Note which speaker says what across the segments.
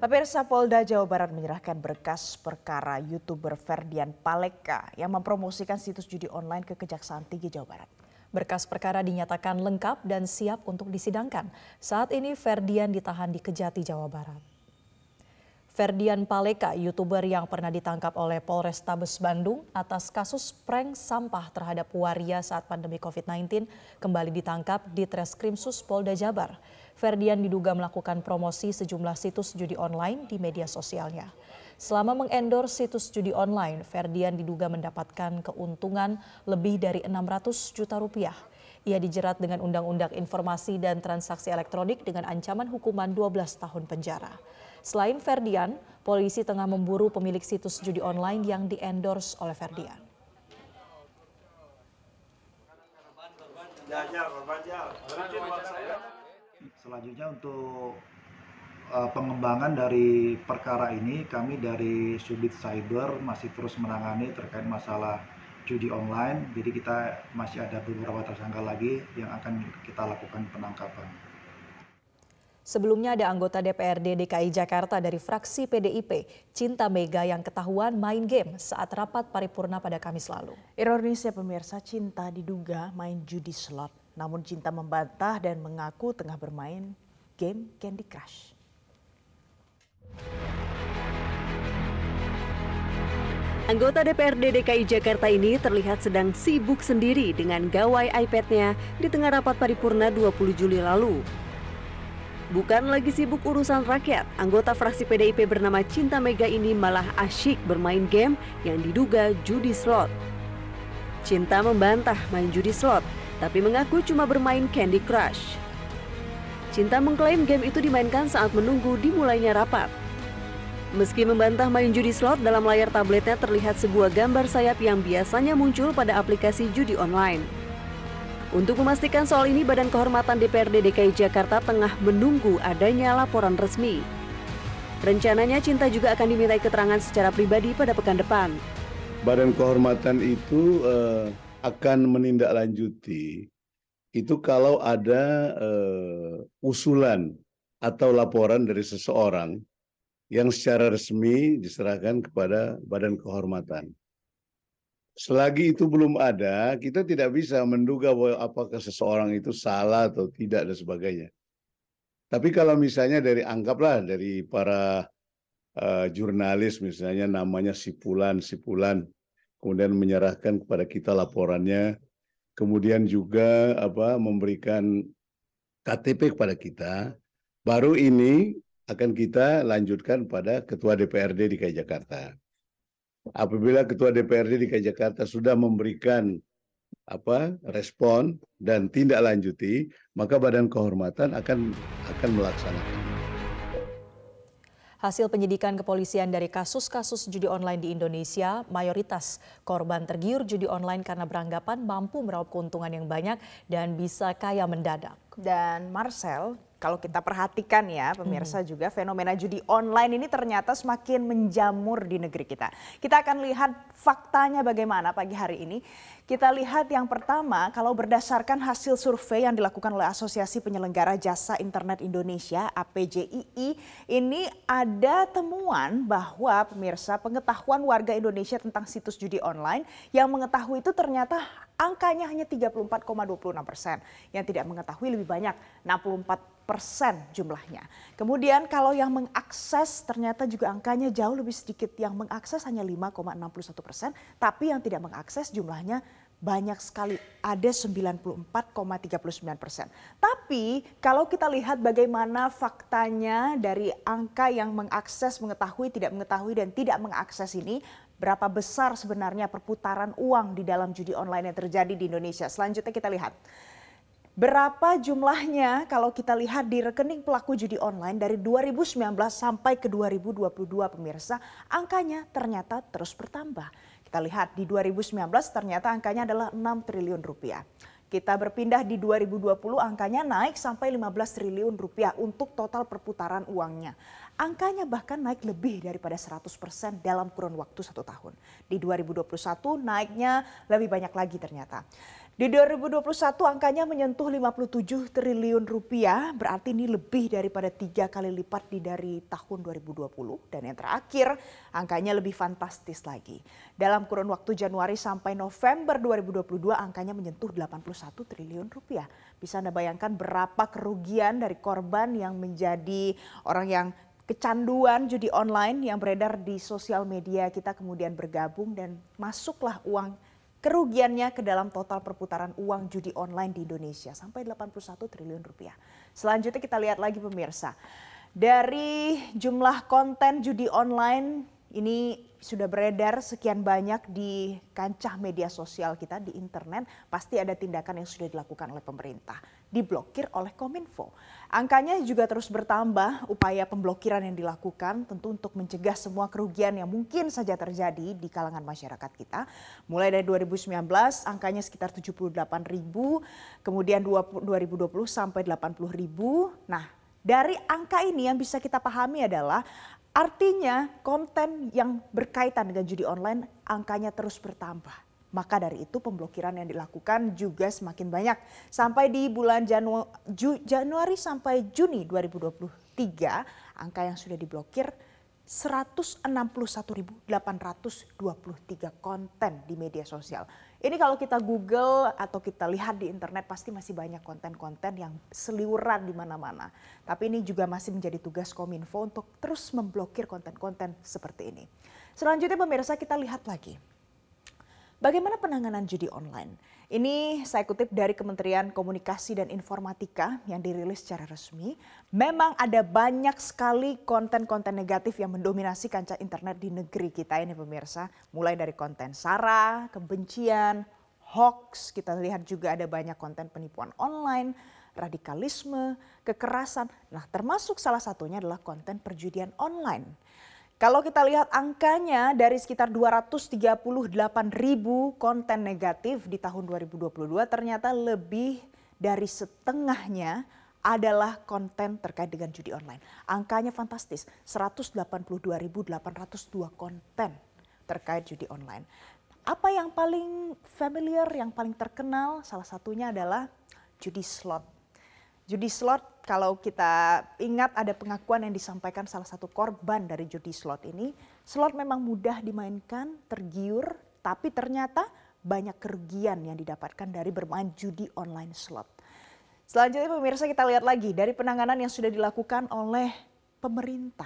Speaker 1: Pemirsa, Polda Jawa Barat menyerahkan berkas perkara YouTuber Ferdian Paleka yang mempromosikan situs judi online ke Kejaksaan Tinggi Jawa Barat.
Speaker 2: Berkas perkara dinyatakan lengkap dan siap untuk disidangkan. Saat ini Ferdian ditahan di Kejati, Jawa Barat. Ferdian Paleka, YouTuber yang pernah ditangkap oleh Polrestabes Bandung atas kasus prank sampah terhadap waria saat pandemi COVID-19, kembali ditangkap di Treskrimsus Polda Jabar. Ferdian diduga melakukan promosi sejumlah situs judi online di media sosialnya. Selama mengendorse situs judi online, Ferdian diduga mendapatkan keuntungan lebih dari 600 juta rupiah. Ia dijerat dengan Undang-Undang Informasi dan Transaksi Elektronik dengan ancaman hukuman 12 tahun penjara. Selain Ferdian, polisi tengah memburu pemilik situs judi online yang diendorse oleh Ferdian.
Speaker 3: Selanjutnya untuk pengembangan dari perkara ini, kami dari Subdit Cyber masih terus menangani terkait masalah judi online. Jadi kita masih ada beberapa tersangka lagi yang akan kita lakukan penangkapan.
Speaker 2: Sebelumnya ada anggota DPRD DKI Jakarta dari fraksi PDIP, Cinta Mega, yang ketahuan main game saat rapat paripurna pada Kamis lalu.
Speaker 1: Ironisnya pemirsa, Cinta diduga main judi slot. Namun Cinta membantah dan mengaku tengah bermain game Candy Crush.
Speaker 4: Anggota DPRD DKI Jakarta ini terlihat sedang sibuk sendiri dengan gawai iPad-nya di tengah rapat paripurna 20 Juli lalu. Bukan lagi sibuk urusan rakyat, anggota fraksi PDIP bernama Cinta Mega ini malah asyik bermain game yang diduga judi slot. Cinta membantah main judi slot, tapi mengaku cuma bermain Candy Crush. Cinta mengklaim game itu dimainkan saat menunggu dimulainya rapat. Meski membantah main judi slot, dalam layar tabletnya terlihat sebuah gambar sayap yang biasanya muncul pada aplikasi judi online. Untuk memastikan soal ini, Badan Kehormatan DPRD DKI Jakarta tengah menunggu adanya laporan resmi. Rencananya Cinta juga akan dimintai keterangan secara pribadi pada pekan depan.
Speaker 5: Badan Kehormatan itu akan menindaklanjuti itu kalau ada usulan atau laporan dari seseorang yang secara resmi diserahkan kepada Badan Kehormatan. Selagi itu belum ada, kita tidak bisa menduga bahwa apakah seseorang itu salah atau tidak dan sebagainya. Tapi kalau misalnya anggaplah dari para jurnalis misalnya namanya Sipulan, kemudian menyerahkan kepada kita laporannya, kemudian juga memberikan KTP kepada kita, baru ini akan kita lanjutkan pada Ketua DPRD DKI Jakarta. Apabila Ketua DPRD DKI Jakarta sudah memberikan respon dan tindak lanjuti, maka Badan Kehormatan akan melaksanakan.
Speaker 2: Hasil penyidikan kepolisian dari kasus-kasus judi online di Indonesia, mayoritas korban tergiur judi online karena beranggapan mampu meraup keuntungan yang banyak dan bisa kaya mendadak.
Speaker 1: Dan Marcel, kalau kita perhatikan ya pemirsa juga fenomena judi online ini ternyata semakin menjamur di negeri kita. Kita akan lihat faktanya bagaimana pagi hari ini. Kita lihat yang pertama, kalau berdasarkan hasil survei yang dilakukan oleh Asosiasi Penyelenggara Jasa Internet Indonesia (APJII), ini ada temuan bahwa pemirsa pengetahuan warga Indonesia tentang situs judi online yang mengetahui itu ternyata angkanya hanya 34,26%. Yang tidak mengetahui lebih banyak, 64% jumlahnya. Kemudian kalau yang mengakses ternyata juga angkanya jauh lebih sedikit. Yang mengakses hanya 5,61%, tapi yang tidak mengakses jumlahnya banyak sekali, ada 94,39%. Tapi kalau kita lihat bagaimana faktanya dari angka yang mengakses, mengetahui, tidak mengetahui, dan tidak mengakses ini, berapa besar sebenarnya perputaran uang di dalam judi online yang terjadi di Indonesia. Selanjutnya kita lihat. Berapa jumlahnya kalau kita lihat di rekening pelaku judi online dari 2019 sampai ke 2022 pemirsa, angkanya ternyata terus bertambah. Kita lihat di 2019 ternyata angkanya adalah 6 triliun rupiah. Kita berpindah di 2020 angkanya naik sampai 15 triliun rupiah untuk total perputaran uangnya. Angkanya bahkan naik lebih daripada 100% dalam kurun waktu 1 tahun. Di 2021 naiknya lebih banyak lagi ternyata. Di 2021 angkanya menyentuh 57 triliun rupiah, berarti ini lebih daripada 3 kali lipat dari tahun 2020. Dan yang terakhir, angkanya lebih fantastis lagi. Dalam kurun waktu Januari sampai November 2022, angkanya menyentuh 81 triliun rupiah. Bisa Anda bayangkan berapa kerugian dari korban yang menjadi orang yang kecanduan judi online yang beredar di sosial media kita, kemudian bergabung dan masuklah uang kerugiannya ke dalam total perputaran uang judi online di Indonesia sampai 81 triliun rupiah. Selanjutnya kita lihat lagi pemirsa. Dari jumlah konten judi online ini sudah beredar sekian banyak di kancah media sosial kita di internet, pasti ada tindakan yang sudah dilakukan oleh pemerintah, diblokir oleh Kominfo. Angkanya juga terus bertambah, upaya pemblokiran yang dilakukan tentu untuk mencegah semua kerugian yang mungkin saja terjadi di kalangan masyarakat kita. Mulai dari 2019 angkanya sekitar 78.000, kemudian 2020 sampai 80.000. Nah, dari angka ini yang bisa kita pahami adalah artinya konten yang berkaitan dengan judi online angkanya terus bertambah. Maka dari itu pemblokiran yang dilakukan juga semakin banyak. Sampai di bulan Januari sampai Juni 2023 angka yang sudah diblokir 161.823 konten di media sosial. Ini kalau kita Google atau kita lihat di internet pasti masih banyak konten-konten yang seliweran di mana-mana. Tapi ini juga masih menjadi tugas Kominfo untuk terus memblokir konten-konten seperti ini. Selanjutnya pemirsa kita lihat lagi. Bagaimana penanganan judi online? Ini saya kutip dari Kementerian Komunikasi dan Informatika yang dirilis secara resmi. Memang ada banyak sekali konten-konten negatif yang mendominasi kancah internet di negeri kita ini pemirsa. Mulai dari konten sara, kebencian, hoax, kita lihat juga ada banyak konten penipuan online, radikalisme, kekerasan. Nah, termasuk salah satunya adalah konten perjudian online. Kalau kita lihat angkanya dari sekitar 238.000 konten negatif di tahun 2022 ternyata lebih dari setengahnya adalah konten terkait dengan judi online. Angkanya fantastis, 182.802 konten terkait judi online. Apa yang paling familiar, yang paling terkenal salah satunya adalah judi slot. Judi slot, kalau kita ingat ada pengakuan yang disampaikan salah satu korban dari judi slot ini. Slot memang mudah dimainkan, tergiur, tapi ternyata banyak kerugian yang didapatkan dari bermain judi online slot. Selanjutnya pemirsa kita lihat lagi dari penanganan yang sudah dilakukan oleh pemerintah.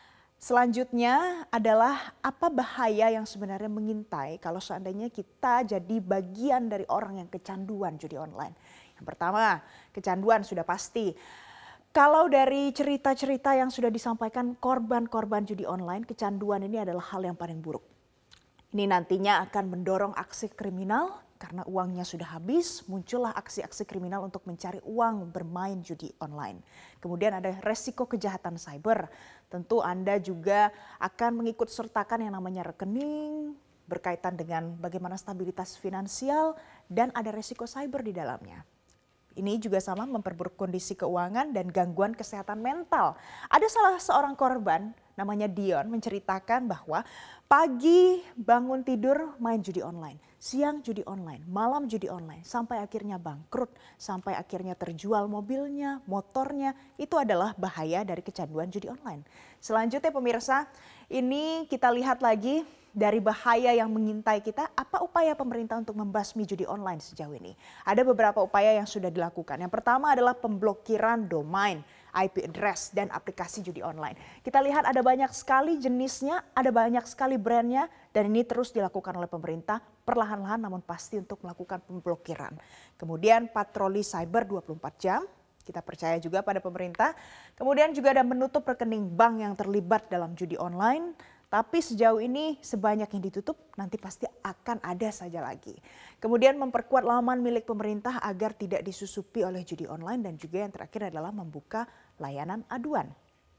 Speaker 1: Selanjutnya adalah apa bahaya yang sebenarnya mengintai kalau seandainya kita jadi bagian dari orang yang kecanduan judi online. Yang pertama, kecanduan sudah pasti. Kalau dari cerita-cerita yang sudah disampaikan korban-korban judi online, kecanduan ini adalah hal yang paling buruk. Ini nantinya akan mendorong aksi kriminal karena uangnya sudah habis, muncullah aksi-aksi kriminal untuk mencari uang bermain judi online. Kemudian ada resiko kejahatan cyber. Tentu Anda juga akan mengikut sertakan yang namanya rekening, berkaitan dengan bagaimana stabilitas finansial dan ada resiko cyber di dalamnya. Ini juga sama memperburuk kondisi keuangan dan gangguan kesehatan mental. Ada salah seorang korban namanya Dion menceritakan bahwa pagi bangun tidur main judi online, siang judi online, malam judi online, sampai akhirnya bangkrut, sampai akhirnya terjual mobilnya, motornya. Itu adalah bahaya dari kecanduan judi online. Selanjutnya pemirsa, ini kita lihat lagi dari bahaya yang mengintai kita, apa upaya pemerintah untuk membasmi judi online sejauh ini? Ada beberapa upaya yang sudah dilakukan. Yang pertama adalah pemblokiran domain, IP address, dan aplikasi judi online. Kita lihat ada banyak sekali jenisnya, ada banyak sekali brandnya, dan ini terus dilakukan oleh pemerintah perlahan-lahan namun pasti untuk melakukan pemblokiran. Kemudian patroli cyber 24 jam. Kita percaya juga pada pemerintah. Kemudian juga ada menutup rekening bank yang terlibat dalam judi online. Tapi sejauh ini sebanyak yang ditutup nanti pasti akan ada saja lagi. Kemudian memperkuat laman milik pemerintah agar tidak disusupi oleh judi online dan juga yang terakhir adalah membuka layanan aduan.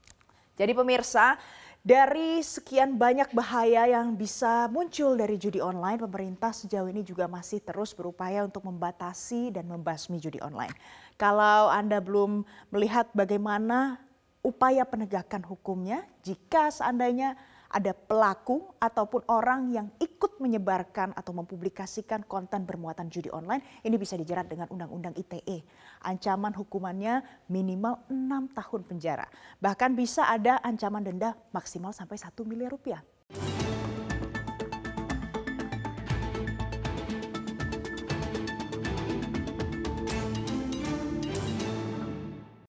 Speaker 1: Jadi pemirsa, dari sekian banyak bahaya yang bisa muncul dari judi online, pemerintah sejauh ini juga masih terus berupaya untuk membatasi dan membasmi judi online. Kalau Anda belum melihat bagaimana upaya penegakan hukumnya, jika seandainya ada pelaku ataupun orang yang ikut menyebarkan atau mempublikasikan konten bermuatan judi online, ini bisa dijerat dengan Undang-Undang ITE. Ancaman hukumannya minimal 6 tahun penjara. Bahkan bisa ada ancaman denda maksimal sampai 1 miliar rupiah.